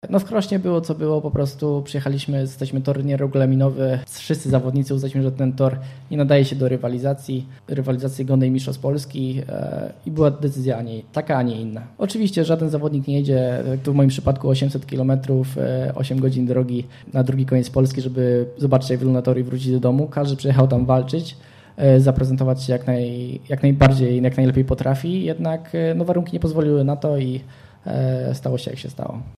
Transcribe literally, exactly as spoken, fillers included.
No w Krośnie było co było, po prostu przyjechaliśmy, jesteśmy tor nieregulaminowy, wszyscy zawodnicy uznaliśmy, że ten tor nie nadaje się do rywalizacji, rywalizacji godnej mistrzostw Polski i była decyzja a nie, taka, a nie inna. Oczywiście żaden zawodnik nie jedzie, tu w moim przypadku osiemset kilometrów, osiem godzin drogi na drugi koniec Polski, żeby zobaczyć jak wygląda tor i wrócić do domu. Każdy przyjechał tam walczyć, zaprezentować się jak, naj, jak najbardziej, jak najlepiej potrafi, jednak no, warunki nie pozwoliły na to i stało się jak się stało.